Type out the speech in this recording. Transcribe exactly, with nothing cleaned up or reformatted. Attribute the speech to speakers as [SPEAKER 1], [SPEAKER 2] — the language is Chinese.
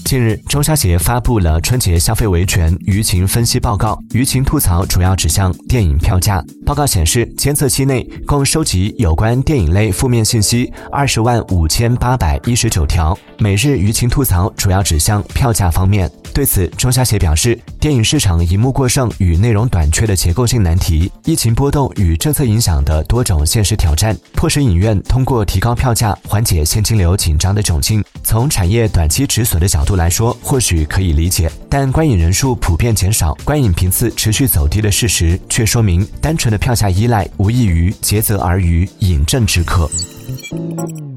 [SPEAKER 1] 近日，中消协发布了春节消费维权舆情分析报告，舆情吐槽主要指向电影票价。报告显示，监测期内共收集有关电影类负面信息二十万五千八百一十九条，每日舆情吐槽主要指向票价方面。对此，中消协表示，电影市场荧幕过剩与内容短缺的结构性难题，疫情波动与政策影响的多种现实挑战，迫使影院通过提高票价缓解现金流紧张的窘境。从产业短期止损的角度来说，或许可以理解，但观影人数普遍减少，观影频次持续走低的事实，却说明单纯的票价依赖无异于竭泽而渔，饮鸩止渴。